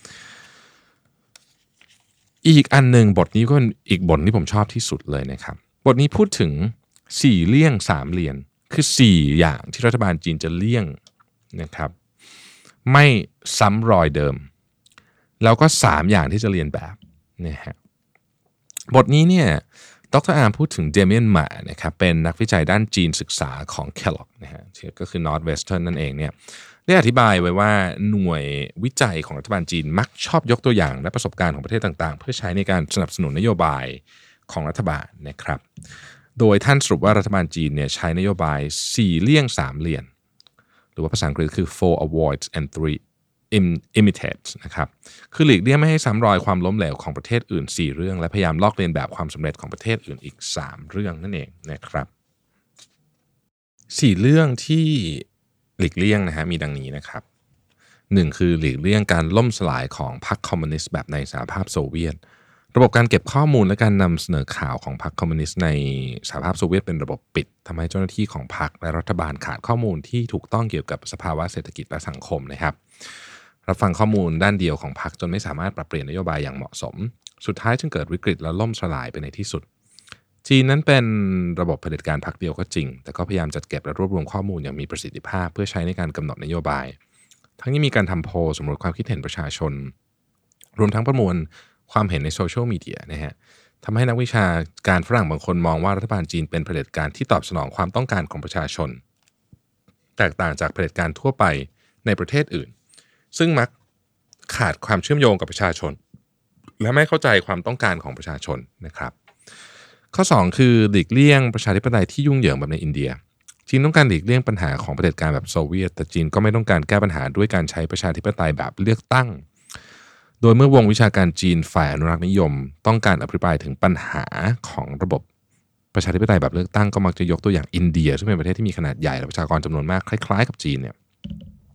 อีกอันหนึ่งบทนี้ก็เป็นอีกบทที่ผมชอบที่สุดเลยนะครับบทนี้พูดถึงสี่เลี่ยงสามเลี่ยงคือสี่อย่างที่รัฐบาลจีนจะเลี่ยงนะครับไม่ซ้ำรอยเดิมแล้วก็สามอย่างที่จะเรียนแบบนะฮะบทนี้เนี่ยดร.อาร์มพูดถึงเดเมียนหม่านะครับเป็นนักวิจัยด้านจีนศึกษาของ Kellogg นะฮะก็คือ Northwestern นั่นเองเนี่ยได้อธิบายไว้ว่าหน่วยวิจัยของรัฐบาลจีนมักชอบยกตัวอย่างและประสบการณ์ของประเทศต่างๆเพื่อใช้ในการสนับสนุนนโยบายของรัฐบาลนะครับโดยท่านสรุปว่ารัฐบาลจีนเนี่ยใช้นโยบายสี่เลี่ยงสามเลี่ยงหรือว่าภาษาอังกฤษคือ four avoids and three imitates นะครับคือหลีกเลี่ยงไม่ให้ซ้ำรอยความล้มเหลวของประเทศอื่นสี่เรื่องและพยายามลอกเลียนแบบความสำเร็จของประเทศอื่นอีกสามเรื่องนั่นเองนะครับสี่เรื่องที่หลีกเลี่ยงนะฮะมีดังนี้นะครับหนึ่งคือหลีกเลี่ยงการล่มสลายของพรรคคอมมิวนิสต์แบบในสหภาพโซเวียตระบบการเก็บข้อมูลและการนำเสนอข่าวของพรรคคอมมิวนิสต์ในสหภาพโซเวียตเป็นระบบปิดทำให้เจ้าหน้าที่ของพรรคและรัฐบาลขาดข้อมูลที่ถูกต้องเกี่ยวกับสภาวะเศรษฐกิจและสังคมนะครับรับฟังข้อมูลด้านเดียวของพรรคจนไม่สามารถปรับเปลี่ยนนโยบายอย่างเหมาะสมสุดท้ายจึงเกิดวิกฤตและล่มสลายไปในที่สุดจีนนั้นเป็นระบบเผด็จการพรรคเดียวก็จริงแต่ก็พยายามจัดเก็บและรวบรวมข้อมูลอย่างมีประสิทธิภาพเพื่อใช้ในการกำหนดนโยบายทั้งนี้มีการทำโพลสำรวจความคิดเห็นประชาชนรวมทั้งประมวลความเห็นในโซเชียลมีเดียนะฮะทำให้นักวิชาการฝรั่งบางคนมองว่ารัฐบาลจีนเป็นเผด็จการที่ตอบสนองความต้องการของประชาชนแตกต่างจากเผด็จการทั่วไปในประเทศอื่นซึ่งมักขาดความเชื่อมโยงกับประชาชนและไม่เข้าใจความต้องการของประชาชนนะครับข้อสองคือหลีกเลี่ยงประชาธิปไตยที่ยุ่งเหยิงแบบในอินเดียจีนต้องการหลีกเลี่ยงปัญหาของเผด็จการแบบโซเวียตแต่จีนก็ไม่ต้องการแก้ปัญหาด้วยการใช้ประชาธิปไตยแบบเลือกตั้งโดยเมื่อวงวิชาการจีนฝ่ายอนุรักษ์นิยมต้องการอภิปรายถึงปัญหาของระบบประชาธิปไตยแบบเลือกตั้งก็มักจะยกตัวอย่างอินเดียซึ่งเป็นประเทศที่มีขนาดใหญ่และประชากรจำนวนมากคล้ายๆกับจีนเนี่ย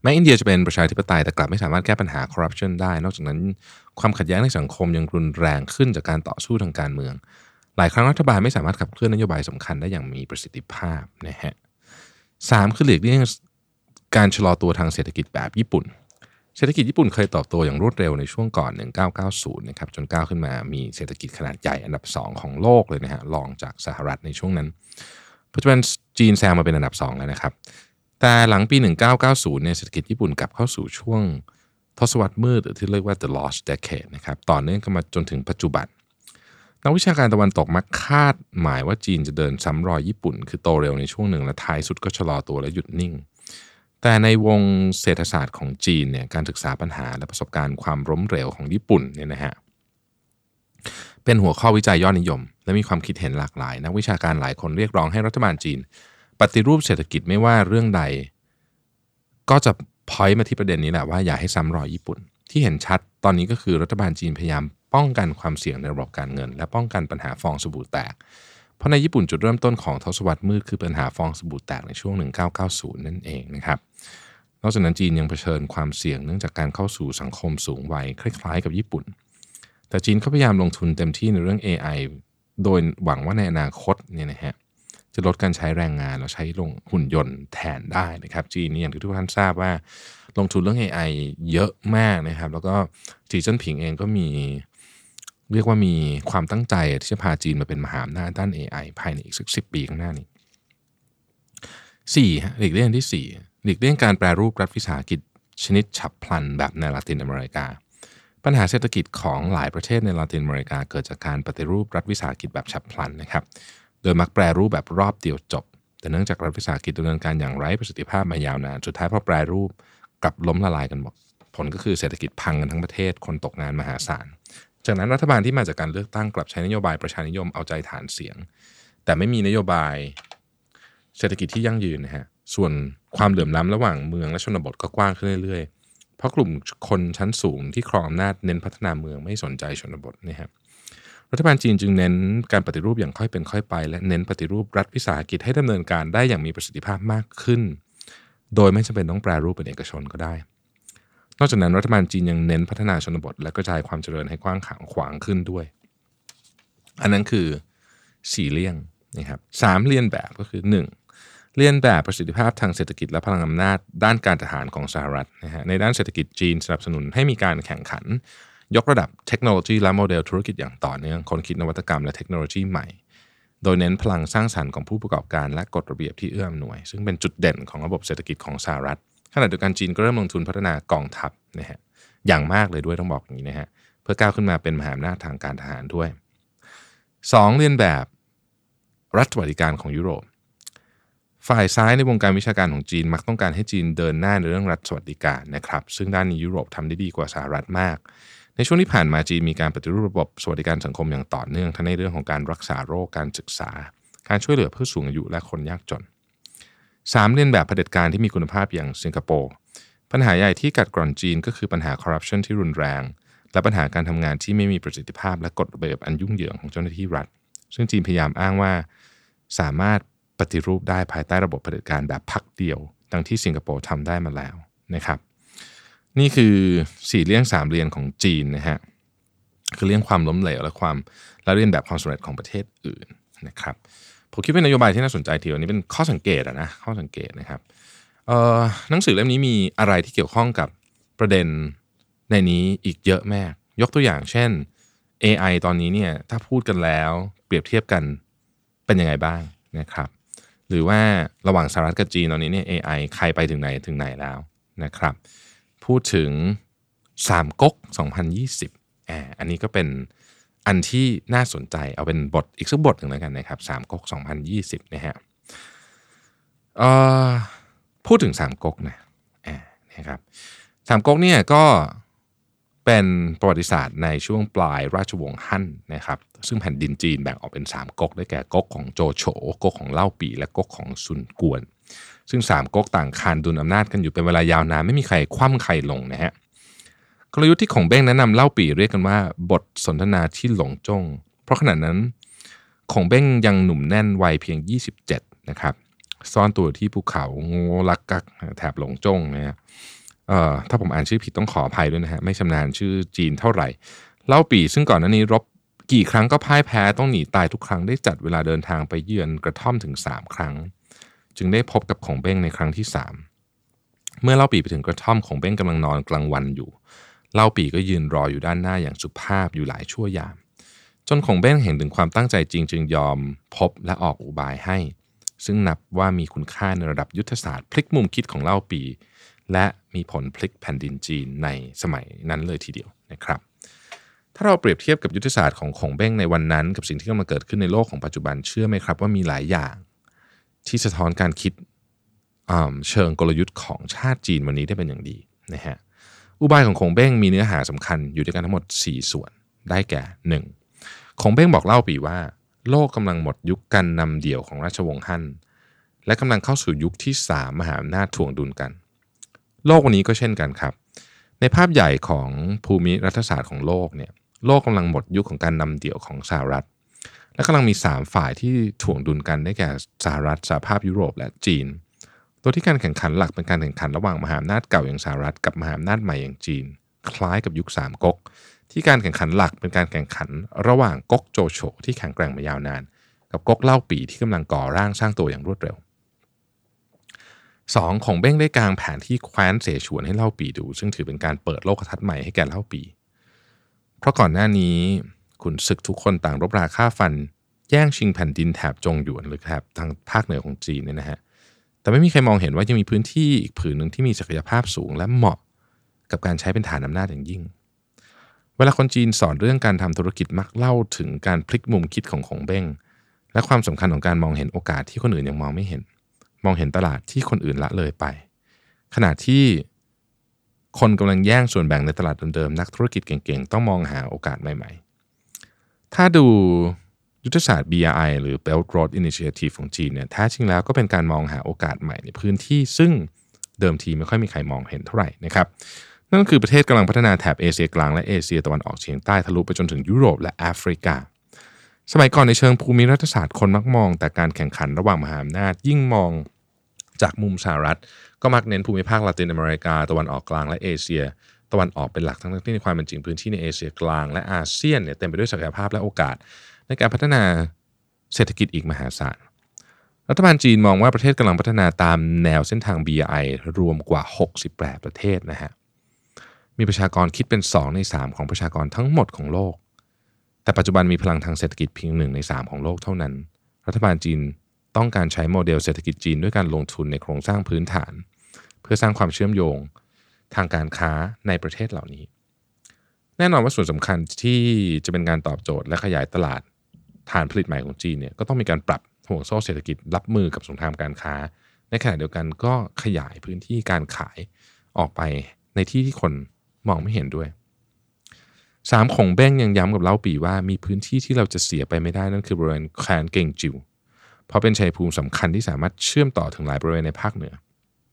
แม้อินเดียจะเป็นประชาธิปไตยแต่กลับไม่สามารถแก้ปัญหาคอร์รัปชันได้นอกจากนั้นความขัดแย้งในสังคมยังรุนแรงขึ้นจากการต่อสู้ทางการเมืองหลายครั้งรัฐบาลไม่สามารถขับเคลื่อนนโยบายสำคัญได้อย่างมีประสิทธิภาพนะฮะสามคือหลีกเลี่ยงการชะลอตัวทางเศรษฐกิจแบบญี่ปุ่นเศรษฐกิจญี่ปุ่นเคยเติบโตอย่างรวดเร็วในช่วงก่อนหนึ่งพันเก้าร้อยเก้าสิบนะครับจนก้าวขึ้นมามีเศรษฐกิจขนาดใหญ่อันดับสองของโลกเลยนะฮะรองจากสหรัฐในช่วงนั้นปัจจุบันจีนแซงมาเป็นอันดับสองแล้วนะครับแต่หลังปีหนึ่งพันเก้าร้อยเก้าสิบเนี่ยเศรษฐกิจญี่ปุ่นกลับเข้าสู่ช่วงทศวรรษมืดหรือที่เรียกว่า the lost decade นะครับต่อเนื่องกันมาจนถึงปัจจุบันนักวิชาการตะวันตกมักคาดหมายว่าจีนจะเดินซ้ำรอยญี่ปุ่นคือโตเร็วในช่วงหนึ่งและท้ายสุดก็ชะลอตัวและหยุดนิ่งแต่ในวงเศรษฐศาสตร์ของจีนเนี่ยการศึกษาปัญหาและประสบการณ์ความล้มเหลวของญี่ปุ่นเนี่ยนะฮะเป็นหัวข้อวิจัยยอดนิยมและมีความคิดเห็นหลากหลายนักวิชาการหลายคนเรียกร้องให้รัฐบาลจีนปฏิรูปเศรษฐกิจไม่ว่าเรื่องใดก็จะพอยต์มาที่ประเด็นนี้แหละว่าอย่าให้ซ้ำรอยญี่ปุ่นที่เห็นชัดตอนนี้ก็คือรัฐบาลจีนพยายามป้องกันความเสี่ยงในระบบการเงินและป้องกันปัญหาฟองสบู่แตกเพราะในญี่ปุ่นจุดเริ่มต้นของทศวรรษมืดคือปัญหาฟองสบู่แตกในช่วงหนึ่งพันเก้าร้อยเก้าสิบนั่นเองนะครับนอกจากนั้นจีนยังเผชิญความเสี่ยงเนื่องจากการเข้าสู่สังคมสูงวัยคล้ายๆกับญี่ปุ่นแต่จีนก็พยายามลงทุนเต็มที่ในเรื่อง เอ ไอ โดยหวังว่าในอนาคตเนี่ยนะฮะจะลดการใช้แรงงานแล้วใช้ลงหุ่นยนต์แทนได้นะครับจีนนี่อย่างที่ทุกท่านทราบว่าลงทุนเรื่อง เอ ไอ เยอะมากนะครับแล้วก็สีจิ้นผิงเองก็มีเรียกว่ามีความตั้งใจที่จะพาจีนมาเป็นมหาอำนาจด้าน เอ ไอ ภายในอีกสักสิบปีข้างหน้านี้สี่หลีกเลี่ยงที่สี่หลีกเลี่ยงการแปรรูปรัฐวิสาหกิจชนิดฉับพลันแบบในลาตินอเมริกาปัญหาเศรษฐกิจของหลายประเทศในลาตินอเมริกาเกิดจากการปฏิรูปรัฐวิสาหกิจแบบฉับพลันนะครับโดยมักแปรรูปแบบรอบเดียวจบแต่เนื่องจากรัฐวิสาหกิจดำเนินการอย่างไร้ประสิทธิภาพมายาวนานสุดท้ายพอแปรรูปกลับล้มละลายกันหมดผลก็คือเศรษฐกิจพังกันทั้งประเทศคนตกงานมหาศาลจากนั้นรัฐบาลที่มาจากการเลือกตั้งกลับใช้นโยบายประชานิยมเอาใจฐานเสียงแต่ไม่มีนโยบายเศรษฐกิจที่ยั่งยืนนะฮะส่วนความเหลื่อมล้ำระหว่างเมืองและชนบทก็กว้างขึ้นเรื่อยๆเพราะกลุ่มคนชั้นสูงที่ครองอำนาจเน้นพัฒนาเมืองไม่สนใจชนบทนะครับรัฐบาลจีนจึงเน้นการปฏิรูปอย่างค่อยเป็นค่อยไปและเน้นปฏิรูปรัฐวิสาหกิจให้ดำเนินการได้อย่างมีประสิทธิภาพมากขึ้นโดยไม่จำเป็นต้องแปรรูปเป็นเอกชนก็ได้นอกจากนั้นรัฐบาลจีนยังเน้นพัฒนาชนบทและกระจายความเจริญให้กว้างขวางขึ้นด้วยอันนั้นคือสี่เลี่ยงนะครับสามเลียนแบบก็คือหนึ่งเลียนแบบประสิทธิภาพทางเศรษฐกิจและพลังอำนาจด้านการทหารของสหรัฐนะฮะในด้านเศรษฐกิจจีนสนับสนุนให้มีการแข่งขันยกระดับเทคโนโลยีและโมเดลธุรกิจอย่างต่อเนื่องคนคิดนวัตกรรมและเทคโนโลยีใหม่โดยเน้นพลังสร้างสรรค์ของผู้ประกอบการและกฎระเบียบที่เอื้ออำนวยซึ่งเป็นจุดเด่นของระบบเศรษฐกิจของสหรัฐขณะเดียวกันจีนก็เริ่มลงทุนพัฒนากองทัพนะฮะอย่างมากเลยด้วยต้องบอกอย่างนี้นะฮะเพื่อก้าวขึ้นมาเป็นมหาอำนาจทางการทหารด้วยสองเลียนแบบรัฐสวัสดิการของยุโรปฝ่ายซ้ายในวงการวิชาการของจีนมักต้องการให้จีนเดินหน้าในเรื่องรัฐสวัสดิการนะครับซึ่งด้านนี้ยุโรปทำได้ดีกว่าสหรัฐมากในช่วงที่ผ่านมาจีนมีการปฏิรูประบบสวัสดิการสังคมอย่างต่อเนื่องทั้งในเรื่องของการรักษาโรคการศึกษาการช่วยเหลือผู้สูงอายุและคนยากจนสามเลียนแบบเผด็จการที่มีคุณภาพอย่างสิงคโปร์ปัญหาใหญ่ที่กัดกร่อนจีนก็คือปัญหาคอร์รัปชันที่รุนแรงและปัญหาการทำงานที่ไม่มีประสิทธิภาพและกฎระเบียบอันยุ่งเหยิงของเจ้าหน้าที่รัฐซึ่งจีนพยายามอ้างว่าสามารถปฏิรูปได้ภายใต้ระบบเผด็จการแบบพรรคเดียวดังที่สิงคโปร์ทำได้มาแล้วนะครับนี่คือสี่เลี่ยงสามเลี่ยงของจีนนะฮะคือเลี่ยงความล้มเหลวและความและเลียนแบบความสำเร็จของประเทศอื่นนะครับผมคิดว่านโยบายที่น่าสนใจทีเดียวนี้เป็นข้อสังเกตอะนะข้อสังเกตนะครับเอ่อหนังสือเล่มนี้มีอะไรที่เกี่ยวข้องกับประเด็นในนี้อีกเยอะมากยกตัวอย่างเช่น เอ ไอ ตอนนี้เนี่ยถ้าพูดกันแล้วเปรียบเทียบกันเป็นยังไงบ้างนะครับหรือว่าระหว่างสหรัฐกับจีนตอนนี้เนี่ย เอ ไอ ใครไปถึงไหนถึงไหนแล้วนะครับพูดถึงสามก๊กสองพันยี่สิบอ่าอันนี้ก็เป็นอันที่น่าสนใจเอาเป็นบทอีกสักบทหนึ่งแล้วกันนะครับสามก๊กสองพันยี่สิบนะฮะเอ่อพูดถึงสามก๊กนะอ่านะครับสามก๊กเนี่ยก็เป็นประวัติศาสตร์ในช่วงปลายราชวงศ์ฮั่นนะครับซึ่งแผ่นดินจีนแบ่งออกเป็นสามก๊กได้แก่ก๊กของโจโฉก๊กของเล่าปี่และก๊กของซุนกวนซึ่งสามก๊กต่างคานดุลอำนาจกันอยู่เป็นเวลายาวนานไม่มีใครคว่ำใครลงนะฮะกลยุทธ์ที่ของเบ้งแนะนำเล่าปี่เรียกกันว่าบทสนทนาที่หลงจ้องเพราะขณะนั้นของเบ้งยังหนุ่มแน่นวัยเพียงยี่สิบเจ็ดนะครับซ่อนตัวที่ภูเขาโงลักกักแถบหลงจ้งนะฮะเอ่อถ้าผมอ่านชื่อผิดต้องขออภัยด้วยนะฮะไม่ชำนาญชื่อจีนเท่าไหร่เล่าปี่ซึ่งก่อนหน้านี้รบกี่ครั้งก็พ่ายแพ้ต้องหนีตายทุกครั้งได้จัดเวลาเดินทางไปเยือนกระท่อมถึงสามครั้งจึงได้พบกับขงเบ้งในครั้งที่สามเมื่อเล่าปี่ไปถึงกระท่อมขงเบ้งกำลังนอนกลางวันอยู่เล่าปี่ก็ยืนรออยู่ด้านหน้าอย่างสุภาพอยู่หลายชั่วยามจนขงเบ้งเห็นถึงความตั้งใจจริงจึงยอมพบและออกอุบายให้ซึ่งนับว่ามีคุณค่าในระดับยุทธศาสตร์พลิกมุมคิดของเล่าปี่และมีผลพลิกแผ่นดินจีนในสมัยนั้นเลยทีเดียวนะครับถ้าเราเปรียบเทียบกับยุทธศาสตร์ของขงเบ้งในวันนั้นกับสิ่งที่กำลังเกิดขึ้นในโลกของปัจจุบันเชื่อไหมครับว่ามีหลายอย่างที่สะท้อนการคิดเชิงกลยุทธ์ของชาติจีนวันนี้ได้เป็นอย่างดีนะฮะอุบายของขงเบ้งมีเนื้อหาสำคัญอยู่ด้วยกันทั้งหมดสี่ส่วนได้แก่หนึ่งขงเบ้งบอกเล่าปี่ว่าโลกกำลังหมดยุคการนำเดี่ยวของราชวงศ์ฮั่นและกำลังเข้าสู่ยุคที่สามมหาอำนาจถ่วงดุลกันโลกวันนี้ก็เช่นกันครับในภาพใหญ่ของภูมิรัฐศาสตร์ของโลกเนี่ยโลกกำลังหมดยุคของการนำเดี่ยวของสหรัฐและกำลังมีสามฝ่ายที่ถ่วงดุลกันได้แก่สหรัฐสหภาพยุโรปและจีนตัวที่การแข่งขันหลักเป็นการแข่งขันระหว่างมหาอำนาจเก่าอย่างสหรัฐกับมหาอำนาจใหม่อย่างจีนคล้ายกับยุคสามก๊กที่การแข่งขันหลักเป็นการแข่งขันระหว่างก๊กโจโฉที่แข็งแกร่งมายาวนานกับก๊กเล่าปี่ที่กำลังก่อร่างสร้างตัวอย่างรวดเร็วสองขงเบ้งได้กางแผนที่แคว้นเสฉวนให้เล่าปี่ดูซึ่งถือเป็นการเปิดโลกทัศน์ใหม่ให้แก่เล่าปี่เพราะก่อนหน้านี้ขุนศึกทุกคนต่างรบราฆ่าฟันแย่งชิงแผ่นดินแถบจงหยวนหรือแถบทางภาคเหนือของจีนเนี่ยนะฮะแต่ไม่มีใครมองเห็นว่ายังมีพื้นที่อีกผืนหนึ่งที่มีศักยภาพสูงและเหมาะกับการใช้เป็นฐานอำนาจอย่างยิ่งเวลาคนจีนสอนเรื่องการทำธุรกิจมักเล่าถึงการพลิกมุมคิดของขงเบ้งและความสำคัญของการมองเห็นโอกาสที่คนอื่นยังมองไม่เห็นมองเห็นตลาดที่คนอื่นละเลยไปขณะที่คนกำลังแย่งส่วนแบ่งในตลาดเดิมๆนักธุรกิจเก่งๆต้องมองหาโอกาสใหม่ๆถ้าดูยุทธศาสตร์ บี อาร์ ไอ หรือ Belt Road Initiative ของจีนเนี่ยแท้จริงแล้วก็เป็นการมองหาโอกาสใหม่ในพื้นที่ซึ่งเดิมทีไม่ค่อยมีใครมองเห็นเท่าไหร่นะครับนั่นก็คือประเทศกำลังพัฒนาแถบเอเชียกลางและเอเชียตะวันออกเฉียงใต้ทะลุไปจนถึงยุโรปและแอฟริกาสมัยก่อนในเชิงภูมิรัฐศาสตร์คนมักมองแต่การแข่งขันระหว่างมหาอำนาจยิ่งมองจากมุมสหรัฐก็มักเน้นภูมิภาคลาตินอเมริกาตะวันออกกลางและเอเชียตะวันออกเป็นหลักทั้งที่ในความเป็นจริงพื้นที่ในเอเชียกลางและอาเซียนเนี่ยเต็มไปด้วยศักยภาพและโอกาสในการพัฒนาเศรษฐกิจอีกมหาศาลรัฐบาลจีนมองว่าประเทศกำลังพัฒนาตามแนวเส้นทาง บี อาร์ ไอ รวมกว่าหกสิบแปดประเทศนะฮะมีประชากรคิดเป็นสองในสามของประชากรทั้งหมดของโลกแต่ปัจจุบันมีพลังทางเศรษฐกิจเพียงหนึ่งในสามของโลกเท่านั้นรัฐบาลจีนต้องการใช้โมเดลเศรษฐกิจจีนด้วยการลงทุนในโครงสร้างพื้นฐานเพื่อสร้างความเชื่อมโยงทางการค้าในประเทศเหล่านี้แน่นอนว่าส่วนสำคัญที่จะเป็นการตอบโจทย์และขยายตลาดฐานผลิตใหม่ของจีนเนี่ยก็ต้องมีการปรับห่วงโซ่เศรษฐกิจรับมือกับสงครามการค้าในขณะเดียวกันก็ขยายพื้นที่การขายออกไปในที่ที่คนมองไม่เห็นด้วยสามขงเบ้งยังย้ำกับเล่าปี่ว่ามีพื้นที่ที่เราจะเสียไปไม่ได้นั่นคือบริเวณแคว้นเก่งจิวเพราะเป็นชัยภูมิสำคัญที่สามารถเชื่อมต่อถึงหลายบริเวณในภาคเหนือ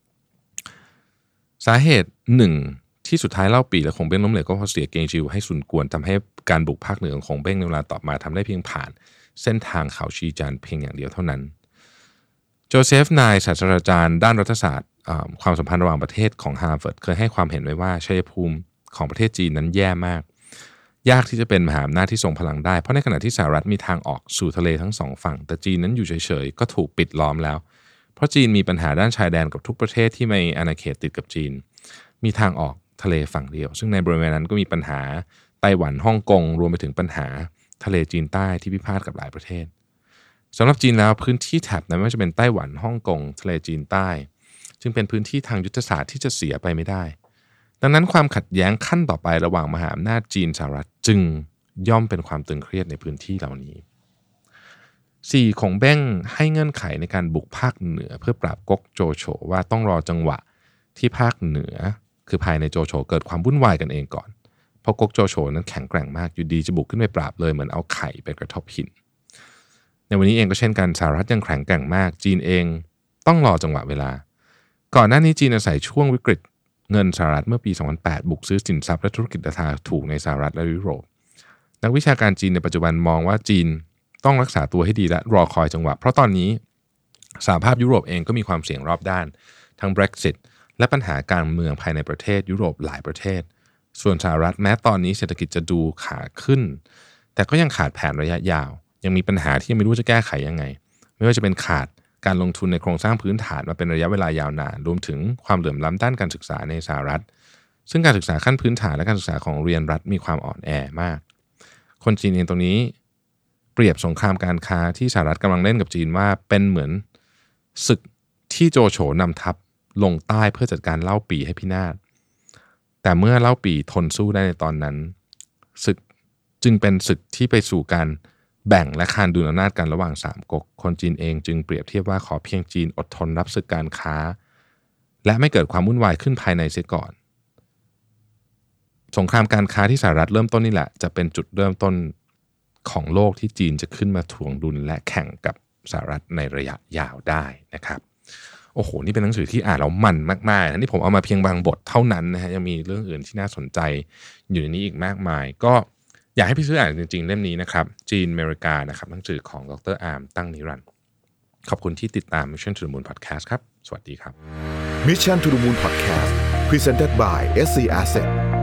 สาเหตุหนึ่งที่สุดท้ายเล่าปี่และขงเบ้งล้มเหลวก็เพราะเสียเก่งจิวให้สุนกวนทำให้การบุกภาคเหนือของขงเบ้งในเวลาต่อมาทำได้เพียงผ่านเส้นทางเขาชีจานเพียงอย่างเดียวเท่านั้นโจเซฟนายศาสตราจารย์ด้านรัฐศาสตร์ความสัมพันธ์ระหว่างประเทศของฮาร์วาร์ดเคยให้ความเห็นไว้ว่าชัยภูมิของประเทศจีนนั้นแย่มากยากที่จะเป็นมหาอำนาจที่ทรงพลังได้เพราะในขณะที่สหรัฐมีทางออกสู่ทะเลทั้งสองฝั่งแต่จีนนั้นอยู่เฉยๆก็ถูกปิดล้อมแล้วเพราะจีนมีปัญหาด้านชายแดนกับทุกประเทศที่มีอาณาเขตติดกับจีนมีทางออกทะเลฝั่งเดียวซึ่งในบริเวณนั้นก็มีปัญหาไต้หวันฮ่องกงรวมไปถึงปัญหาทะเลจีนใต้ที่พิพาทกับหลายประเทศสำหรับจีนแล้วพื้นที่แถบนั้นไม่ว่าจะเป็นไต้หวันฮ่องกงทะเลจีนใต้จึงเป็นพื้นที่ทางยุทธศาสตร์ที่จะเสียไปไม่ได้ดังนั้นความขัดแย้งขั้นต่อไประหว่างมหาอำนาจจีนสหรัฐจึงย่อมเป็นความตึงเครียดในพื้นที่เหล่านี้สี่ขงเบ้งให้เงื่อนไขในการบุกภาคเหนือเพื่อปราบก๊กโจโฉว่าต้องรอจังหวะที่ภาคเหนือคือภายในโจโฉเกิดความวุ่นวายกันเองก่อนเพราะก๊กโจโฉนั้นแข็งแกร่งมากอยู่ดีจะบุกขึ้นไปปราบเลยเหมือนเอาไข่ไปกระทบหินในวันนี้เองก็เช่นกันสหรัฐยังแข็งแกร่งมากจีนเองต้องรอจังหวะเวลาก่อนหน้านี้จีนอาศัยช่วงวิกฤตเงินสหรัฐเมื่อปีสองพันแปดบุกซื้อสินทรัพย์และธุรกิจราคาถูกในสหรัฐและยุโรปนักวิชาการจีนในปัจจุบันมองว่าจีนต้องรักษาตัวให้ดีและรอคอยจังหวะเพราะตอนนี้สหภาพยุโรปเองก็มีความเสี่ยงรอบด้านทั้ง Brexit และปัญหาการเมืองภายในประเทศยุโรปหลายประเทศส่วนสหรัฐแม้ตอนนี้เศรษฐกิจจะดูขาขึ้นแต่ก็ยังขาดแผนระยะยาวยังมีปัญหาที่ยังไม่รู้จะแก้ไขยังไงไม่ว่าจะเป็นขาดการลงทุนในโครงสร้างพื้นฐานมาเป็นระยะเวลายาวนานรวมถึงความเหลื่อมล้ำด้านการศึกษาในสหรัฐซึ่งการศึกษาขั้นพื้นฐานและการศึกษาของเรียนรัฐมีความอ่อนแอมากคนจีนเองตรงนี้เปรียบสงครามการค้าที่สหรัฐกำลังเล่นกับจีนว่าเป็นเหมือนศึกที่โจโฉนำทัพลงใต้เพื่อจัดการเล่าปี่ให้พินาศแต่เมื่อเล่าปี่ทนสู้ได้ในตอนนั้นศึกจึงเป็นศึกที่ไปสู่การแบ่งและคานดุลอำนาจกันระหว่างสามก๊กคนจีนเองจึงเปรียบเทียบว่าขอเพียงจีนอดทนรับศึกการค้าและไม่เกิดความวุ่นวายขึ้นภายในเสียก่อนสงครามการค้าที่สหรัฐเริ่มต้นนี่แหละจะเป็นจุดเริ่มต้นของโลกที่จีนจะขึ้นมาถ่วงดุลและแข่งกับสหรัฐในระยะยาวได้นะครับโอ้โหนี่เป็นหนังสือที่อ่านแล้วมันมากๆนะนี่ผมเอามาเพียงบางบทเท่านั้นนะฮะยังมีเรื่องอื่นที่น่าสนใจอยู่ในนี้อีกมากมายก็อยากให้พี่ซื้ออ่านจริงๆเล่มนี้นะครับจีนอเมริกานะครับหนังสือของดร.อาร์มตั้งนิรันดร์ขอบคุณที่ติดตาม Mission to the Moon Podcast ครับสวัสดีครับ Mission to the Moon Podcast Presented by เอส ซี Asset